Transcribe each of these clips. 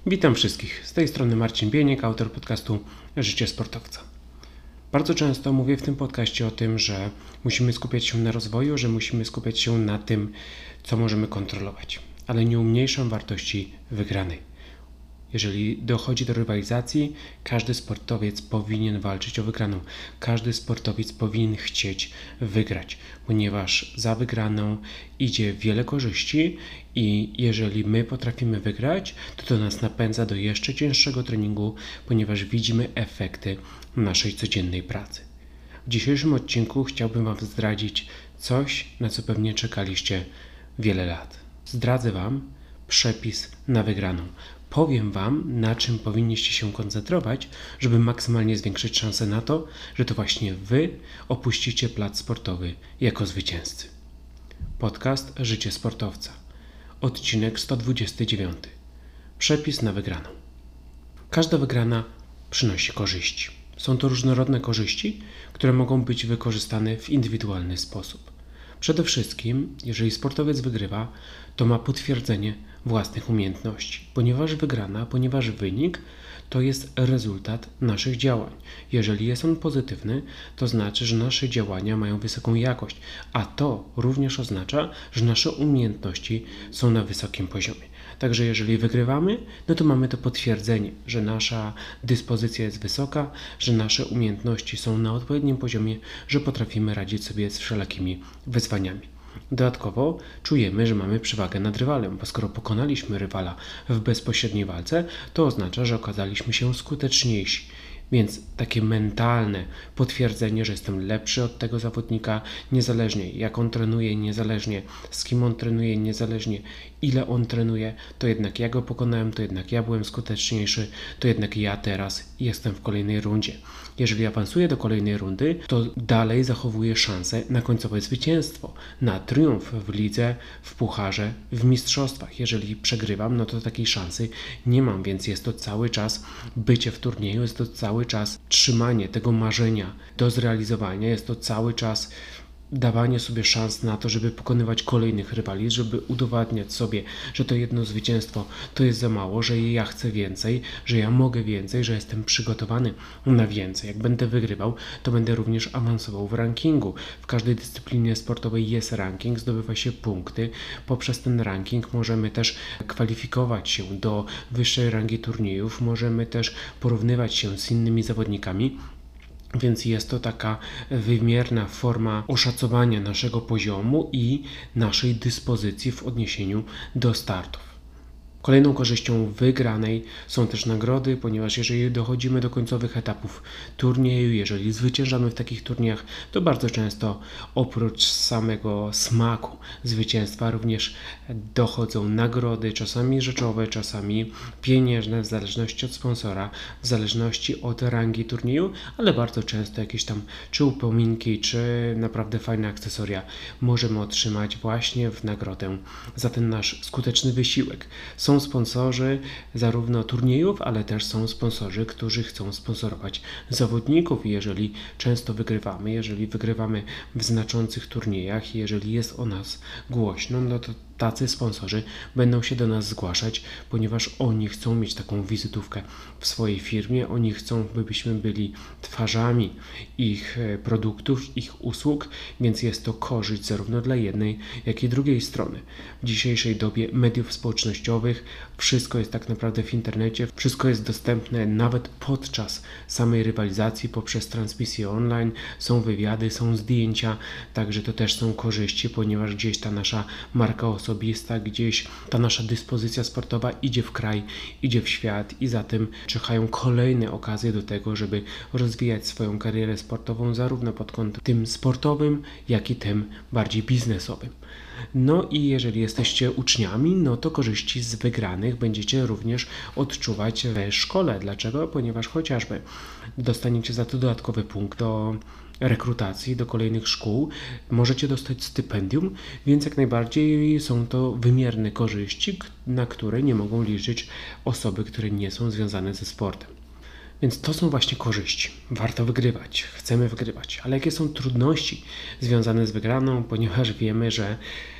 Witam wszystkich. Z tej strony Marcin Bieniek, autor podcastu Życie Sportowca. Bardzo często mówię w tym podcaście o tym, że musimy skupiać się na rozwoju, że musimy skupiać się na tym, co możemy kontrolować, ale nie umniejszam wartości wygranej. Jeżeli dochodzi do rywalizacji, każdy sportowiec powinien walczyć o wygraną. Każdy sportowiec powinien chcieć wygrać, ponieważ za wygraną idzie wiele korzyści i jeżeli my potrafimy wygrać, to nas napędza do jeszcze cięższego treningu, ponieważ widzimy efekty naszej codziennej pracy. W dzisiejszym odcinku chciałbym Wam zdradzić coś, na co pewnie czekaliście wiele lat. Zdradzę Wam przepis na wygraną. Powiem Wam, na czym powinniście się koncentrować, żeby maksymalnie zwiększyć szanse na to, że to właśnie Wy opuścicie plac sportowy jako zwycięzcy. Podcast Życie Sportowca. Odcinek 129. Przepis na wygraną. Każda wygrana przynosi korzyści. Są to różnorodne korzyści, które mogą być wykorzystane w indywidualny sposób. Przede wszystkim, jeżeli sportowiec wygrywa, to ma potwierdzenie własnych umiejętności, ponieważ wynik to jest rezultat naszych działań. Jeżeli jest on pozytywny, to znaczy, że nasze działania mają wysoką jakość, a to również oznacza, że nasze umiejętności są na wysokim poziomie. Także jeżeli wygrywamy, to mamy to potwierdzenie, że nasza dyspozycja jest wysoka, że nasze umiejętności są na odpowiednim poziomie, że potrafimy radzić sobie z wszelakimi wyzwaniami. Dodatkowo czujemy, że mamy przewagę nad rywalem, bo skoro pokonaliśmy rywala w bezpośredniej walce, to oznacza, że okazaliśmy się skuteczniejsi. Więc takie mentalne potwierdzenie, że jestem lepszy od tego zawodnika, niezależnie jak on trenuje, niezależnie z kim on trenuje, niezależnie ile on trenuje, to jednak ja go pokonałem, to jednak ja byłem skuteczniejszy, to jednak ja teraz jestem w kolejnej rundzie. Jeżeli awansuję do kolejnej rundy, to dalej zachowuję szansę na końcowe zwycięstwo, na triumf w lidze, w pucharze, w mistrzostwach. Jeżeli przegrywam, to takiej szansy nie mam, więc jest to cały czas bycie w turnieju, jest to cały czas trzymanie tego marzenia do zrealizowania, jest to cały czas dawanie sobie szans na to, żeby pokonywać kolejnych rywali, żeby udowadniać sobie, że to jedno zwycięstwo to jest za mało, że ja chcę więcej, że ja mogę więcej, że jestem przygotowany na więcej. Jak będę wygrywał, to będę również awansował w rankingu. W każdej dyscyplinie sportowej jest ranking, zdobywa się punkty. Poprzez ten ranking możemy też kwalifikować się do wyższej rangi turniejów, możemy też porównywać się z innymi zawodnikami. Więc jest to taka wymierna forma oszacowania naszego poziomu i naszej dyspozycji w odniesieniu do startów. Kolejną korzyścią wygranej są też nagrody, ponieważ jeżeli dochodzimy do końcowych etapów turnieju, jeżeli zwyciężamy w takich turniejach, to bardzo często oprócz samego smaku zwycięstwa również dochodzą nagrody, czasami rzeczowe, czasami pieniężne, w zależności od sponsora, w zależności od rangi turnieju, ale bardzo często jakieś tam czy upominki, czy naprawdę fajne akcesoria możemy otrzymać właśnie w nagrodę za ten nasz skuteczny wysiłek. Są sponsorzy zarówno turniejów, ale też są sponsorzy, którzy chcą sponsorować zawodników. Jeżeli często wygrywamy, jeżeli wygrywamy w znaczących turniejach, jeżeli jest o nas głośno, to tacy sponsorzy będą się do nas zgłaszać, ponieważ oni chcą mieć taką wizytówkę w swojej firmie, oni chcą, byśmy byli twarzami ich produktów, ich usług, więc jest to korzyść zarówno dla jednej, jak i drugiej strony. W dzisiejszej dobie mediów społecznościowych wszystko jest tak naprawdę w internecie, wszystko jest dostępne nawet podczas samej rywalizacji poprzez transmisję online, są wywiady, są zdjęcia, także to też są korzyści, ponieważ gdzieś ta nasza marka osobista, gdzieś ta nasza dyspozycja sportowa idzie w kraj, idzie w świat i za tym czyhają kolejne okazje do tego, żeby rozwijać swoją karierę sportową zarówno pod kątem tym sportowym, jak i tym bardziej biznesowym. No i jeżeli jesteście uczniami, to korzyści z wygranych będziecie również odczuwać we szkole. Dlaczego? Ponieważ chociażby dostaniecie za to dodatkowy punkt do rekrutacji do kolejnych szkół, możecie dostać stypendium, więc jak najbardziej są to wymierne korzyści, na które nie mogą liczyć osoby, które nie są związane ze sportem. Więc to są właśnie korzyści. Warto wygrywać, chcemy wygrywać, ale jakie są trudności związane z wygraną, ponieważ wiemy, że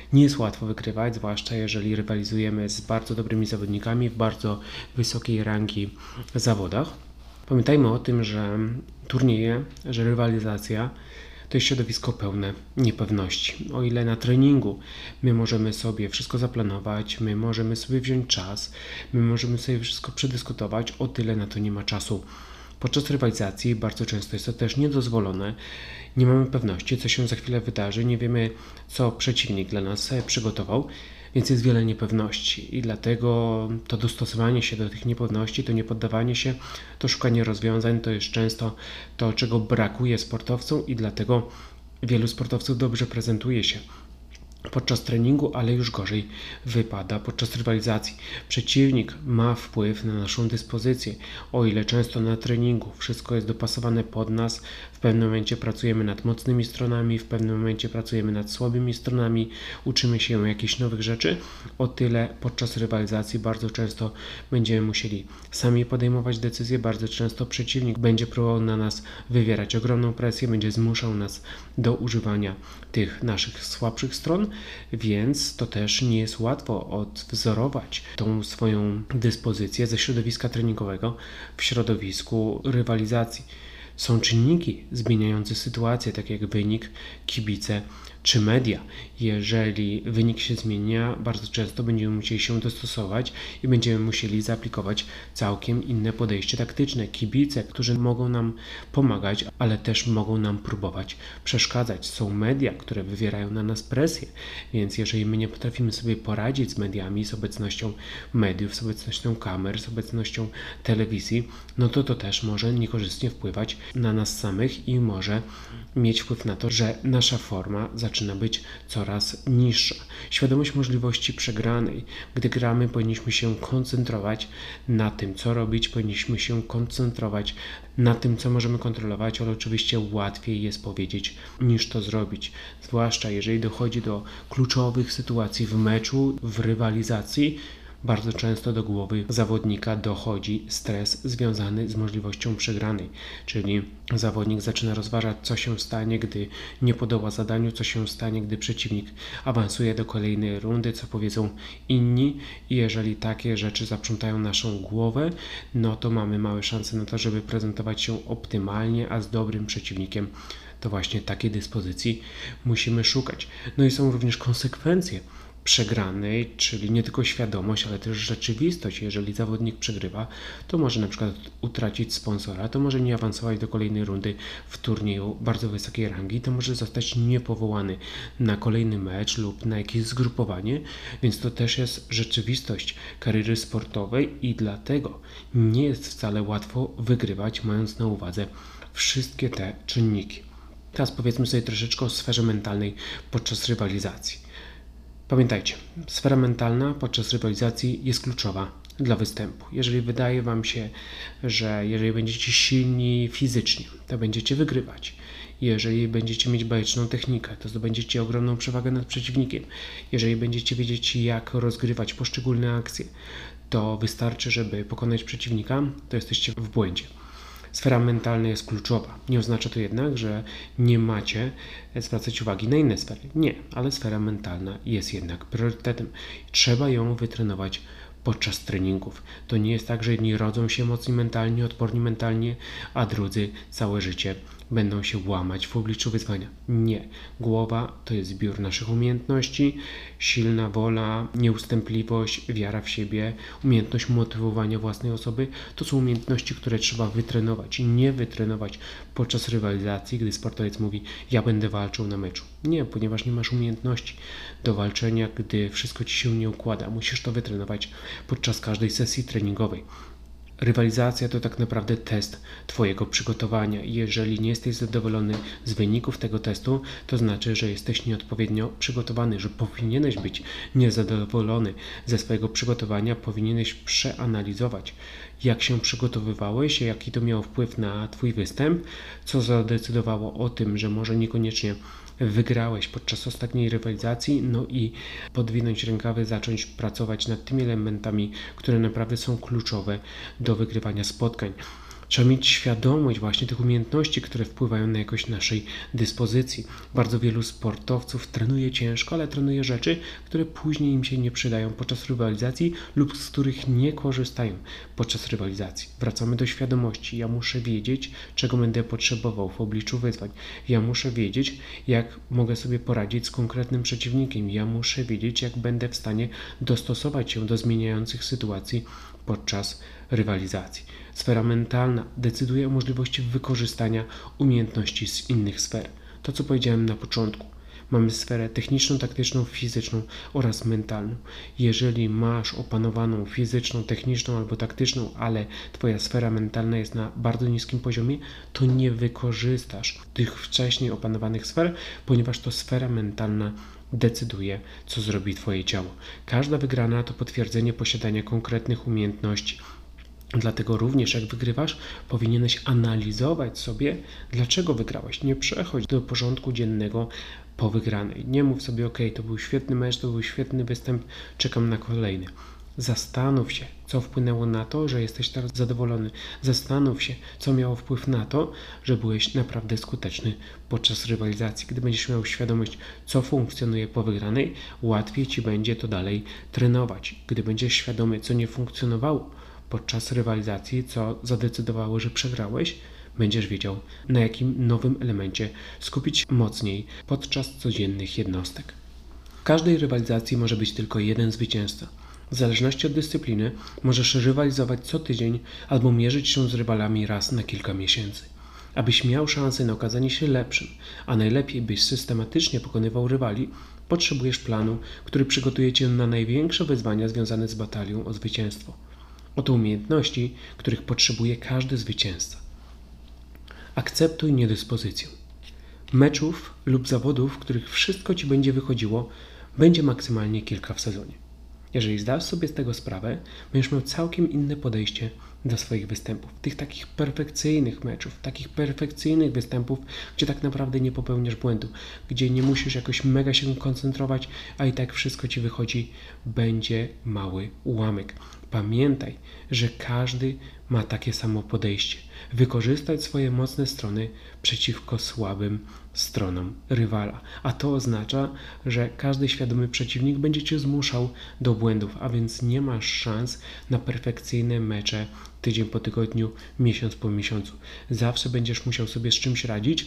Nie jest łatwo wygrywać, zwłaszcza jeżeli rywalizujemy z bardzo dobrymi zawodnikami w bardzo wysokiej rangi zawodach. Pamiętajmy o tym, że turnieje, że rywalizacja to jest środowisko pełne niepewności. O ile na treningu my możemy sobie wszystko zaplanować, my możemy sobie wziąć czas, my możemy sobie wszystko przedyskutować, o tyle na to nie ma czasu. Podczas rywalizacji bardzo często jest to też niedozwolone. Nie mamy pewności, co się za chwilę wydarzy, nie wiemy, co przeciwnik dla nas przygotował, więc jest wiele niepewności i dlatego to dostosowanie się do tych niepewności, to niepoddawanie się, to szukanie rozwiązań to jest często to, czego brakuje sportowcom i dlatego wielu sportowców dobrze prezentuje się podczas treningu, ale już gorzej wypada podczas rywalizacji. Przeciwnik ma wpływ na naszą dyspozycję. O ile często na treningu wszystko jest dopasowane pod nas, w pewnym momencie pracujemy nad mocnymi stronami, w pewnym momencie pracujemy nad słabymi stronami, uczymy się jakichś nowych rzeczy, o tyle podczas rywalizacji bardzo często będziemy musieli sami podejmować decyzje, bardzo często przeciwnik będzie próbował na nas wywierać ogromną presję, będzie zmuszał nas do używania tych naszych słabszych stron, więc to też nie jest łatwo odwzorować tą swoją dyspozycję ze środowiska treningowego w środowisku rywalizacji. Są czynniki zmieniające sytuację, tak jak wynik, kibice czy media. Jeżeli wynik się zmienia, bardzo często będziemy musieli się dostosować i będziemy musieli zaaplikować całkiem inne podejście taktyczne. Kibice, którzy mogą nam pomagać, ale też mogą nam próbować przeszkadzać. Są media, które wywierają na nas presję, więc jeżeli my nie potrafimy sobie poradzić z mediami, z obecnością mediów, z obecnością kamer, z obecnością telewizji, no to też może niekorzystnie wpływać na nas samych i może mieć wpływ na to, że nasza forma zaczyna być coraz niższa. Świadomość możliwości przegranej. Gdy gramy, powinniśmy się koncentrować na tym, co robić, powinniśmy się koncentrować na tym, co możemy kontrolować, ale oczywiście łatwiej jest powiedzieć niż to zrobić. Zwłaszcza jeżeli dochodzi do kluczowych sytuacji w meczu, w rywalizacji, bardzo często do głowy zawodnika dochodzi stres związany z możliwością przegranej, czyli zawodnik zaczyna rozważać, co się stanie, gdy nie podoła zadaniu, co się stanie, gdy przeciwnik awansuje do kolejnej rundy, co powiedzą inni i jeżeli takie rzeczy zaprzątają naszą głowę, no to mamy małe szanse na to, żeby prezentować się optymalnie, a z dobrym przeciwnikiem to właśnie takiej dyspozycji musimy szukać. No i są również konsekwencje przegranej, czyli nie tylko świadomość, ale też rzeczywistość. Jeżeli zawodnik przegrywa, to może na przykład utracić sponsora, to może nie awansować do kolejnej rundy w turnieju bardzo wysokiej rangi, to może zostać niepowołany na kolejny mecz lub na jakieś zgrupowanie, więc to też jest rzeczywistość kariery sportowej i dlatego nie jest wcale łatwo wygrywać, mając na uwadze wszystkie te czynniki. Teraz powiedzmy sobie troszeczkę o sferze mentalnej podczas rywalizacji. Pamiętajcie, sfera mentalna podczas rywalizacji jest kluczowa dla występu. Jeżeli wydaje Wam się, że jeżeli będziecie silni fizycznie, to będziecie wygrywać. Jeżeli będziecie mieć bajeczną technikę, to zdobędziecie ogromną przewagę nad przeciwnikiem. Jeżeli będziecie wiedzieć, jak rozgrywać poszczególne akcje, to wystarczy, żeby pokonać przeciwnika, to jesteście w błędzie. Sfera mentalna jest kluczowa. Nie oznacza to jednak, że nie macie zwracać uwagi na inne sfery. Nie, ale sfera mentalna jest jednak priorytetem. Trzeba ją wytrenować podczas treningów. To nie jest tak, że jedni rodzą się mocni mentalnie, odporni mentalnie, a drudzy całe życie będą się łamać w obliczu wyzwania. Nie. Głowa to jest zbiór naszych umiejętności, silna wola, nieustępliwość, wiara w siebie, umiejętność motywowania własnej osoby. To są umiejętności, które trzeba wytrenować i nie wytrenować podczas rywalizacji, gdy sportowiec mówi, ja będę walczył na meczu. Nie, ponieważ nie masz umiejętności do walczenia, gdy wszystko Ci się nie układa. Musisz to wytrenować podczas każdej sesji treningowej. Rywalizacja to tak naprawdę test Twojego przygotowania. Jeżeli nie jesteś zadowolony z wyników tego testu, to znaczy, że jesteś nieodpowiednio przygotowany, że powinieneś być niezadowolony ze swojego przygotowania, powinieneś przeanalizować, jak się przygotowywałeś, jaki to miało wpływ na Twój występ, co zadecydowało o tym, że może niekoniecznie wygrałeś podczas ostatniej rywalizacji, no i podwinąć rękawy, zacząć pracować nad tymi elementami, które naprawdę są kluczowe do wygrywania spotkań. Trzeba mieć świadomość właśnie tych umiejętności, które wpływają na jakość naszej dyspozycji. Bardzo wielu sportowców trenuje ciężko, ale trenuje rzeczy, które później im się nie przydają podczas rywalizacji lub z których nie korzystają podczas rywalizacji. Wracamy do świadomości. Ja muszę wiedzieć, czego będę potrzebował w obliczu wyzwań. Ja muszę wiedzieć, jak mogę sobie poradzić z konkretnym przeciwnikiem. Ja muszę wiedzieć, jak będę w stanie dostosować się do zmieniających sytuacji podczas rywalizacji. Sfera mentalna decyduje o możliwości wykorzystania umiejętności z innych sfer. To, co powiedziałem na początku. Mamy sferę techniczną, taktyczną, fizyczną oraz mentalną. Jeżeli masz opanowaną fizyczną, techniczną albo taktyczną, ale Twoja sfera mentalna jest na bardzo niskim poziomie, to nie wykorzystasz tych wcześniej opanowanych sfer, ponieważ to sfera mentalna decyduje, co zrobi Twoje ciało. Każda wygrana to potwierdzenie posiadania konkretnych umiejętności. Dlatego również jak wygrywasz, powinieneś analizować sobie, dlaczego wygrałeś. Nie przechodź do porządku dziennego po wygranej. Nie mów sobie, ok, to był świetny mecz, to był świetny występ, czekam na kolejny. Zastanów się, co wpłynęło na to, że jesteś teraz zadowolony. Zastanów się, co miało wpływ na to, że byłeś naprawdę skuteczny podczas rywalizacji. Gdy będziesz miał świadomość, co funkcjonuje po wygranej, łatwiej Ci będzie to dalej trenować. Gdy będziesz świadomy, co nie funkcjonowało podczas rywalizacji, co zadecydowało, że przegrałeś, będziesz wiedział, na jakim nowym elemencie skupić się mocniej podczas codziennych jednostek. W każdej rywalizacji może być tylko jeden zwycięzca. W zależności od dyscypliny możesz rywalizować co tydzień albo mierzyć się z rywalami raz na kilka miesięcy. Abyś miał szansę na okazanie się lepszym, a najlepiej byś systematycznie pokonywał rywali, potrzebujesz planu, który przygotuje Cię na największe wyzwania związane z batalią o zwycięstwo. Oto umiejętności, których potrzebuje każdy zwycięzca. Akceptuj niedyspozycję. Meczów lub zawodów, w których wszystko Ci będzie wychodziło, będzie maksymalnie kilka w sezonie. Jeżeli zdasz sobie z tego sprawę, będziesz miał całkiem inne podejście do swoich występów. Tych takich perfekcyjnych meczów, takich perfekcyjnych występów, gdzie tak naprawdę nie popełniasz błędu, gdzie nie musisz jakoś mega się koncentrować, a i tak wszystko Ci wychodzi, będzie mały ułamek. Pamiętaj, że każdy ma takie samo podejście. Wykorzystać swoje mocne strony przeciwko słabym stronom rywala. A to oznacza, że każdy świadomy przeciwnik będzie Cię zmuszał do błędów, a więc nie masz szans na perfekcyjne mecze tydzień po tygodniu, miesiąc po miesiącu. Zawsze będziesz musiał sobie z czymś radzić,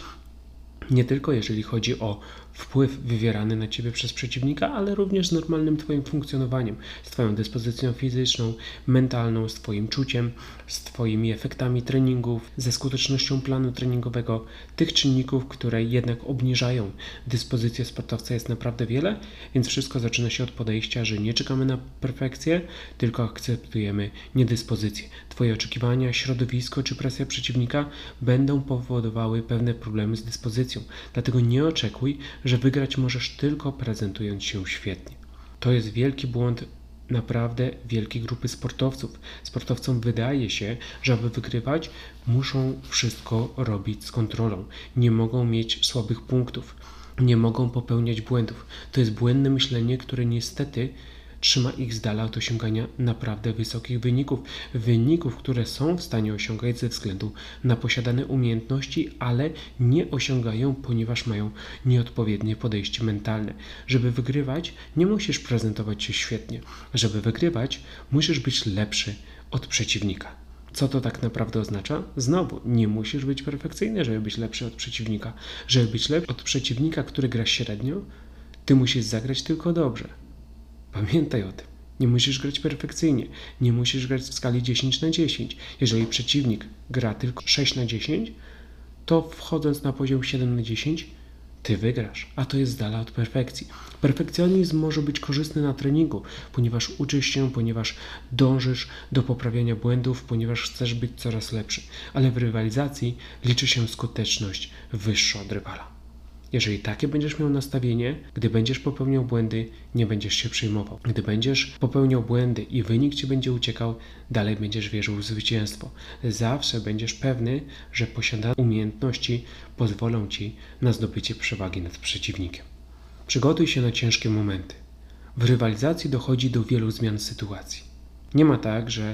nie tylko jeżeli chodzi o wpływ wywierany na Ciebie przez przeciwnika, ale również z normalnym Twoim funkcjonowaniem, z Twoją dyspozycją fizyczną, mentalną, z Twoim czuciem, z Twoimi efektami treningów, ze skutecznością planu treningowego. Tych czynników, które jednak obniżają dyspozycję sportowca jest naprawdę wiele, więc wszystko zaczyna się od podejścia, że nie czekamy na perfekcję, tylko akceptujemy niedyspozycję. Twoje oczekiwania, środowisko czy presja przeciwnika będą powodowały pewne problemy z dyspozycją. Dlatego nie oczekuj, że wygrać możesz tylko prezentując się świetnie. To jest wielki błąd naprawdę wielkiej grupy sportowców. Sportowcom wydaje się, że aby wygrywać, muszą wszystko robić z kontrolą. Nie mogą mieć słabych punktów. Nie mogą popełniać błędów. To jest błędne myślenie, które niestety trzyma ich z dala od osiągania naprawdę wysokich wyników, które są w stanie osiągać ze względu na posiadane umiejętności, ale nie osiągają, ponieważ mają nieodpowiednie podejście mentalne. Żeby wygrywać, nie musisz prezentować się świetnie. Żeby wygrywać, musisz być lepszy od przeciwnika. Co to tak naprawdę oznacza? Znowu, nie musisz być perfekcyjny, żeby być lepszy od przeciwnika. Żeby być lepszy od przeciwnika, który gra średnio, ty musisz zagrać tylko dobrze. Pamiętaj o tym. Nie musisz grać perfekcyjnie. Nie musisz grać w skali 10/10. Jeżeli przeciwnik gra tylko 6/10, to wchodząc na poziom 7/10, ty wygrasz, a to jest z dala od perfekcji. Perfekcjonizm może być korzystny na treningu, ponieważ uczysz się, ponieważ dążysz do poprawiania błędów, ponieważ chcesz być coraz lepszy. Ale w rywalizacji liczy się skuteczność wyższa od rywala. Jeżeli takie będziesz miał nastawienie, gdy będziesz popełniał błędy, nie będziesz się przejmował. Gdy będziesz popełniał błędy i wynik Ci będzie uciekał, dalej będziesz wierzył w zwycięstwo. Zawsze będziesz pewny, że posiadane umiejętności pozwolą Ci na zdobycie przewagi nad przeciwnikiem. Przygotuj się na ciężkie momenty. W rywalizacji dochodzi do wielu zmian sytuacji. Nie ma tak, że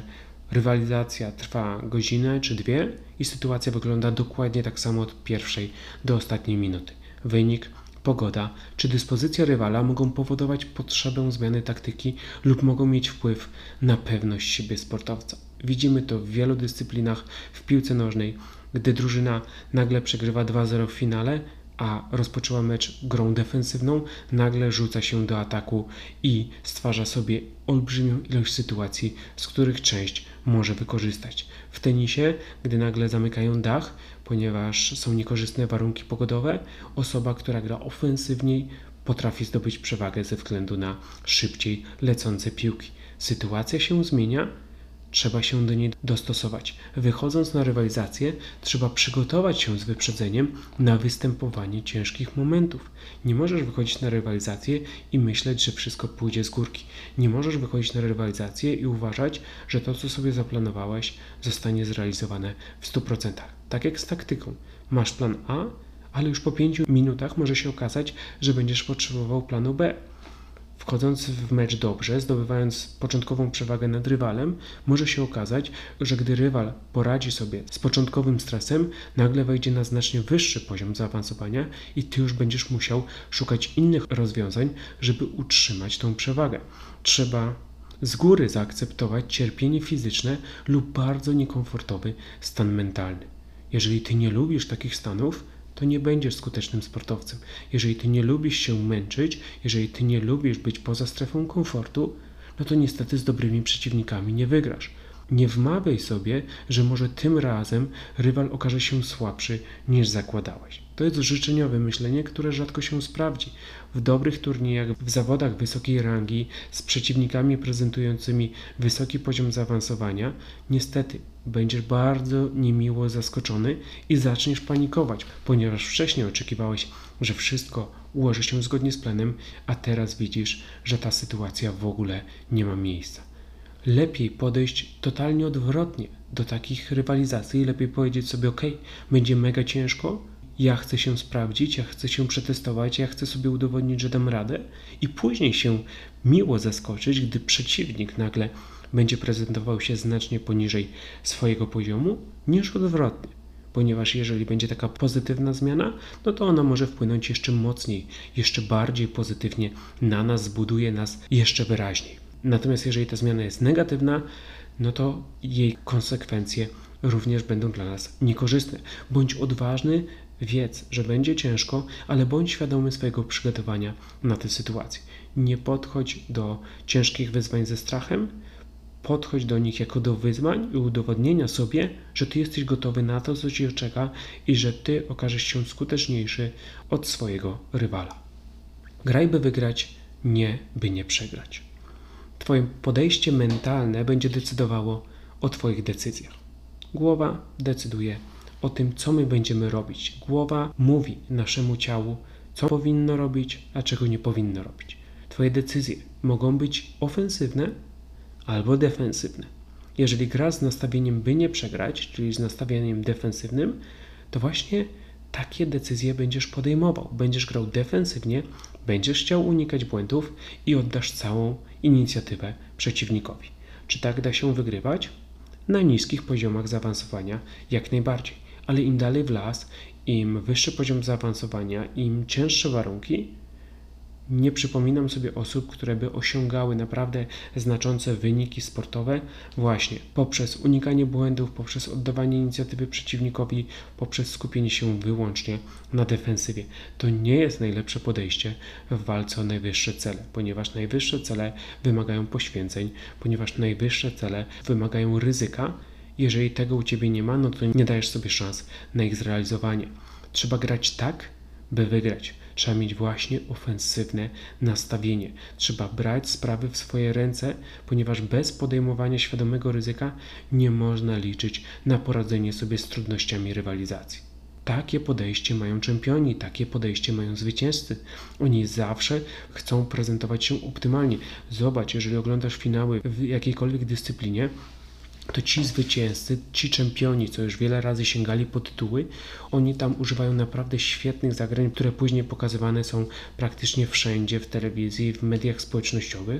Rywalizacja trwa godzinę czy dwie i sytuacja wygląda dokładnie tak samo od pierwszej do ostatniej minuty. Wynik, pogoda czy dyspozycja rywala mogą powodować potrzebę zmiany taktyki lub mogą mieć wpływ na pewność siebie sportowca. Widzimy to w wielu dyscyplinach w piłce nożnej, gdy drużyna nagle przegrywa 2-0 w finale, a rozpoczęła mecz grą defensywną, nagle rzuca się do ataku i stwarza sobie olbrzymią ilość sytuacji, z których część może wykorzystać. W tenisie, gdy nagle zamykają dach, ponieważ są niekorzystne warunki pogodowe, osoba, która gra ofensywniej, potrafi zdobyć przewagę ze względu na szybciej lecące piłki. Sytuacja się zmienia, trzeba się do niej dostosować. Wychodząc na rywalizację, trzeba przygotować się z wyprzedzeniem na występowanie ciężkich momentów. Nie możesz wychodzić na rywalizację i myśleć, że wszystko pójdzie z górki. Nie możesz wychodzić na rywalizację i uważać, że to, co sobie zaplanowałeś, zostanie zrealizowane w 100%. Tak jak z taktyką. Masz plan A, ale już po 5 minutach może się okazać, że będziesz potrzebował planu B. Wchodząc w mecz dobrze, zdobywając początkową przewagę nad rywalem, może się okazać, że gdy rywal poradzi sobie z początkowym stresem, nagle wejdzie na znacznie wyższy poziom zaawansowania i ty już będziesz musiał szukać innych rozwiązań, żeby utrzymać tą przewagę. Trzeba z góry zaakceptować cierpienie fizyczne lub bardzo niekomfortowy stan mentalny. Jeżeli ty nie lubisz takich stanów, to nie będziesz skutecznym sportowcem. Jeżeli ty nie lubisz się męczyć, jeżeli ty nie lubisz być poza strefą komfortu, no to niestety z dobrymi przeciwnikami nie wygrasz. Nie wmawiaj sobie, że może tym razem rywal okaże się słabszy niż zakładałeś. To jest życzeniowe myślenie, które rzadko się sprawdzi. W dobrych turniejach, w zawodach wysokiej rangi, z przeciwnikami prezentującymi wysoki poziom zaawansowania, niestety będziesz bardzo niemiło zaskoczony i zaczniesz panikować, ponieważ wcześniej oczekiwałeś, że wszystko ułoży się zgodnie z planem, a teraz widzisz, że ta sytuacja w ogóle nie ma miejsca. Lepiej podejść totalnie odwrotnie do takich rywalizacji, lepiej powiedzieć sobie, ok, będzie mega ciężko, ja chcę się sprawdzić, ja chcę się przetestować, ja chcę sobie udowodnić, że dam radę i później się miło zaskoczyć, gdy przeciwnik nagle będzie prezentował się znacznie poniżej swojego poziomu, niż odwrotnie. Ponieważ jeżeli będzie taka pozytywna zmiana, no to ona może wpłynąć jeszcze mocniej, jeszcze bardziej pozytywnie na nas, zbuduje nas jeszcze wyraźniej. Natomiast jeżeli ta zmiana jest negatywna, no to jej konsekwencje również będą dla nas niekorzystne. Bądź odważny, wiedz, że będzie ciężko, ale bądź świadomy swojego przygotowania na tę sytuację. Nie podchodź do ciężkich wyzwań ze strachem, podchodź do nich jako do wyzwań i udowodnienia sobie, że ty jesteś gotowy na to, co cię czeka i że ty okażesz się skuteczniejszy od swojego rywala. Graj, by wygrać, nie, by nie przegrać. Twoje podejście mentalne będzie decydowało o twoich decyzjach. Głowa decyduje o tym, co my będziemy robić. Głowa mówi naszemu ciału, co powinno robić, a czego nie powinno robić. Twoje decyzje mogą być ofensywne albo defensywne. Jeżeli grasz z nastawieniem, by nie przegrać, czyli z nastawieniem defensywnym, to właśnie takie decyzje będziesz podejmował. Będziesz grał defensywnie, będziesz chciał unikać błędów i oddasz całą inicjatywę przeciwnikowi. Czy tak da się wygrywać? Na niskich poziomach zaawansowania jak najbardziej, ale im dalej w las, im wyższy poziom zaawansowania, im cięższe warunki, nie przypominam sobie osób, które by osiągały naprawdę znaczące wyniki sportowe właśnie poprzez unikanie błędów, poprzez oddawanie inicjatywy przeciwnikowi, poprzez skupienie się wyłącznie na defensywie. To nie jest najlepsze podejście w walce o najwyższe cele, ponieważ najwyższe cele wymagają poświęceń, ponieważ najwyższe cele wymagają ryzyka. Jeżeli tego u Ciebie nie ma, no to nie dajesz sobie szans na ich zrealizowanie. Trzeba grać tak, by wygrać. Trzeba mieć właśnie ofensywne nastawienie. Trzeba brać sprawy w swoje ręce, ponieważ bez podejmowania świadomego ryzyka nie można liczyć na poradzenie sobie z trudnościami rywalizacji. Takie podejście mają czempioni, takie podejście mają zwycięzcy. Oni zawsze chcą prezentować się optymalnie. Zobacz, jeżeli oglądasz finały w jakiejkolwiek dyscyplinie, to ci zwycięzcy, ci czempioni, co już wiele razy sięgali po tytuły, oni tam używają naprawdę świetnych zagrań, które później pokazywane są praktycznie wszędzie, w telewizji, w mediach społecznościowych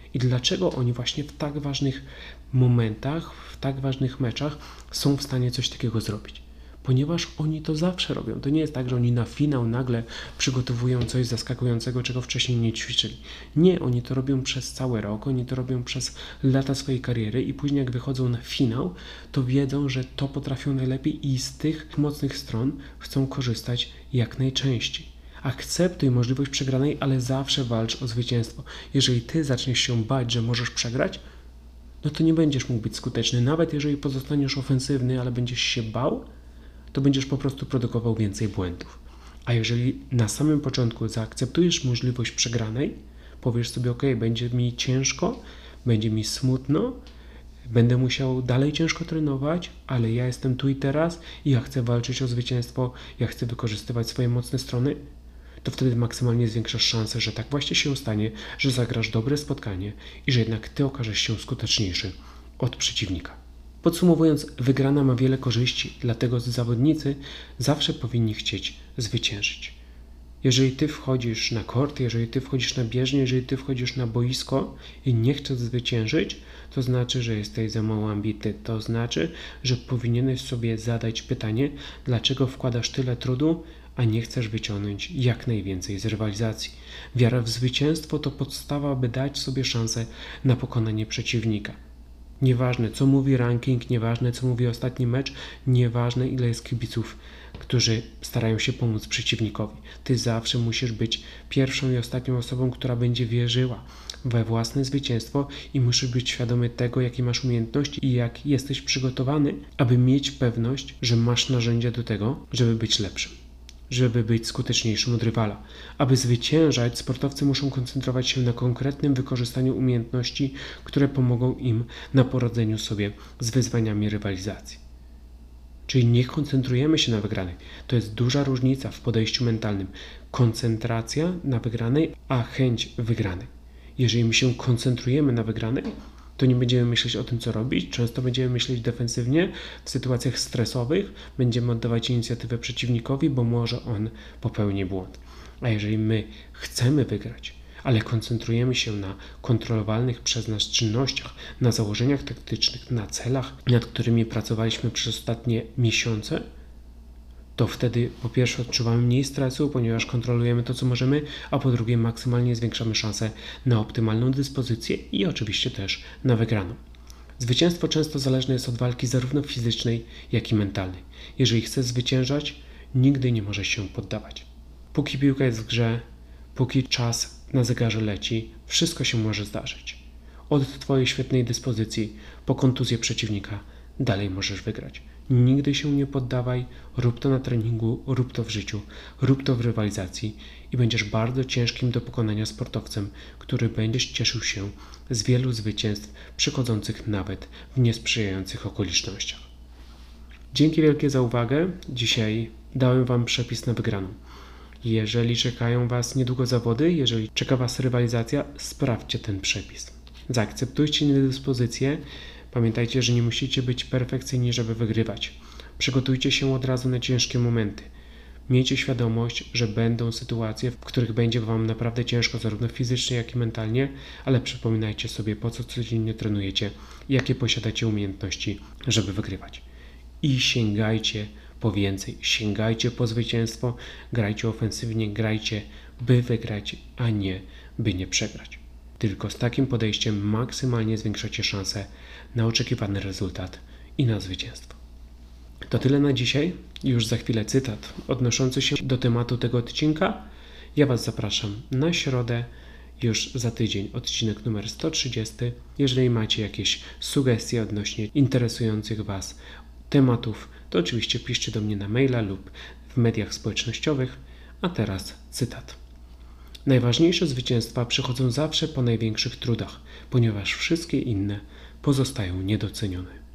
I dlaczego oni właśnie w tak ważnych momentach, w tak ważnych meczach są w stanie coś takiego zrobić? Ponieważ oni to zawsze robią. To nie jest tak, że oni na finał nagle przygotowują coś zaskakującego, czego wcześniej nie ćwiczyli. Nie, oni to robią przez cały rok, oni to robią przez lata swojej kariery i później jak wychodzą na finał, to wiedzą, że to potrafią najlepiej i z tych mocnych stron chcą korzystać jak najczęściej. Akceptuj możliwość przegranej, ale zawsze walcz o zwycięstwo. Jeżeli ty zaczniesz się bać, że możesz przegrać, no to nie będziesz mógł być skuteczny. Nawet jeżeli pozostaniesz ofensywny, ale będziesz się bał, to będziesz po prostu produkował więcej błędów. A jeżeli na samym początku zaakceptujesz możliwość przegranej, powiesz sobie, ok, będzie mi ciężko, będzie mi smutno, będę musiał dalej ciężko trenować, ale ja jestem tu i teraz i ja chcę walczyć o zwycięstwo, ja chcę wykorzystywać swoje mocne strony, to wtedy maksymalnie zwiększasz szansę, że tak właśnie się stanie, że zagrasz dobre spotkanie i że jednak ty okażesz się skuteczniejszy od przeciwnika. Podsumowując, wygrana ma wiele korzyści, dlatego zawodnicy zawsze powinni chcieć zwyciężyć. Jeżeli ty wchodzisz na kort, jeżeli ty wchodzisz na bieżnię, jeżeli ty wchodzisz na boisko i nie chcesz zwyciężyć, to znaczy, że jesteś za mało ambitny. To znaczy, że powinieneś sobie zadać pytanie, dlaczego wkładasz tyle trudu, a nie chcesz wyciągnąć jak najwięcej z rywalizacji. Wiara w zwycięstwo to podstawa, by dać sobie szansę na pokonanie przeciwnika. Nieważne, co mówi ranking, nieważne, co mówi ostatni mecz, nieważne, ile jest kibiców, którzy starają się pomóc przeciwnikowi. Ty zawsze musisz być pierwszą i ostatnią osobą, która będzie wierzyła we własne zwycięstwo i musisz być świadomy tego, jakie masz umiejętności i jak jesteś przygotowany, aby mieć pewność, że masz narzędzia do tego, żeby być lepszym, żeby być skuteczniejszym od rywala. Aby zwyciężać, sportowcy muszą koncentrować się na konkretnym wykorzystaniu umiejętności, które pomogą im na poradzeniu sobie z wyzwaniami rywalizacji. Czyli nie koncentrujemy się na wygranej. To jest duża różnica w podejściu mentalnym. Koncentracja na wygranej, a chęć wygranej. Jeżeli my się koncentrujemy na wygranej, to nie będziemy myśleć o tym, co robić. Często będziemy myśleć defensywnie, w sytuacjach stresowych będziemy oddawać inicjatywę przeciwnikowi, bo może on popełni błąd. A jeżeli my chcemy wygrać, ale koncentrujemy się na kontrolowalnych przez nas czynnościach, na założeniach taktycznych, na celach, nad którymi pracowaliśmy przez ostatnie miesiące, to wtedy po pierwsze odczuwamy mniej stresu, ponieważ kontrolujemy to, co możemy, a po drugie maksymalnie zwiększamy szansę na optymalną dyspozycję i oczywiście też na wygraną. Zwycięstwo często zależne jest od walki zarówno fizycznej, jak i mentalnej. Jeżeli chcesz zwyciężać, nigdy nie możesz się poddawać. Póki piłka jest w grze, póki czas na zegarze leci, wszystko się może zdarzyć. Od twojej świetnej dyspozycji po kontuzję przeciwnika dalej możesz wygrać. Nigdy się nie poddawaj, rób to na treningu, rób to w życiu, rób to w rywalizacji i będziesz bardzo ciężkim do pokonania sportowcem, który będziesz cieszył się z wielu zwycięstw przychodzących nawet w niesprzyjających okolicznościach. Dzięki wielkie za uwagę. Dzisiaj dałem Wam przepis na wygraną. Jeżeli czekają Was niedługo zawody, jeżeli czeka Was rywalizacja, sprawdźcie ten przepis. Zaakceptujcie niedyspozycję. Pamiętajcie, że nie musicie być perfekcyjni, żeby wygrywać. Przygotujcie się od razu na ciężkie momenty. Miejcie świadomość, że będą sytuacje, w których będzie Wam naprawdę ciężko, zarówno fizycznie, jak i mentalnie, ale przypominajcie sobie, po co codziennie trenujecie, jakie posiadacie umiejętności, żeby wygrywać. I sięgajcie po więcej, sięgajcie po zwycięstwo, grajcie ofensywnie, grajcie, by wygrać, a nie, by nie przegrać. Tylko z takim podejściem maksymalnie zwiększacie szanse na oczekiwany rezultat i na zwycięstwo. To tyle na dzisiaj. Już za chwilę cytat odnoszący się do tematu tego odcinka. Ja Was zapraszam na środę, już za tydzień, odcinek numer 130. Jeżeli macie jakieś sugestie odnośnie interesujących Was tematów, to oczywiście piszcie do mnie na maila lub w mediach społecznościowych. A teraz cytat. Najważniejsze zwycięstwa przychodzą zawsze po największych trudach, ponieważ wszystkie inne pozostają niedocenione.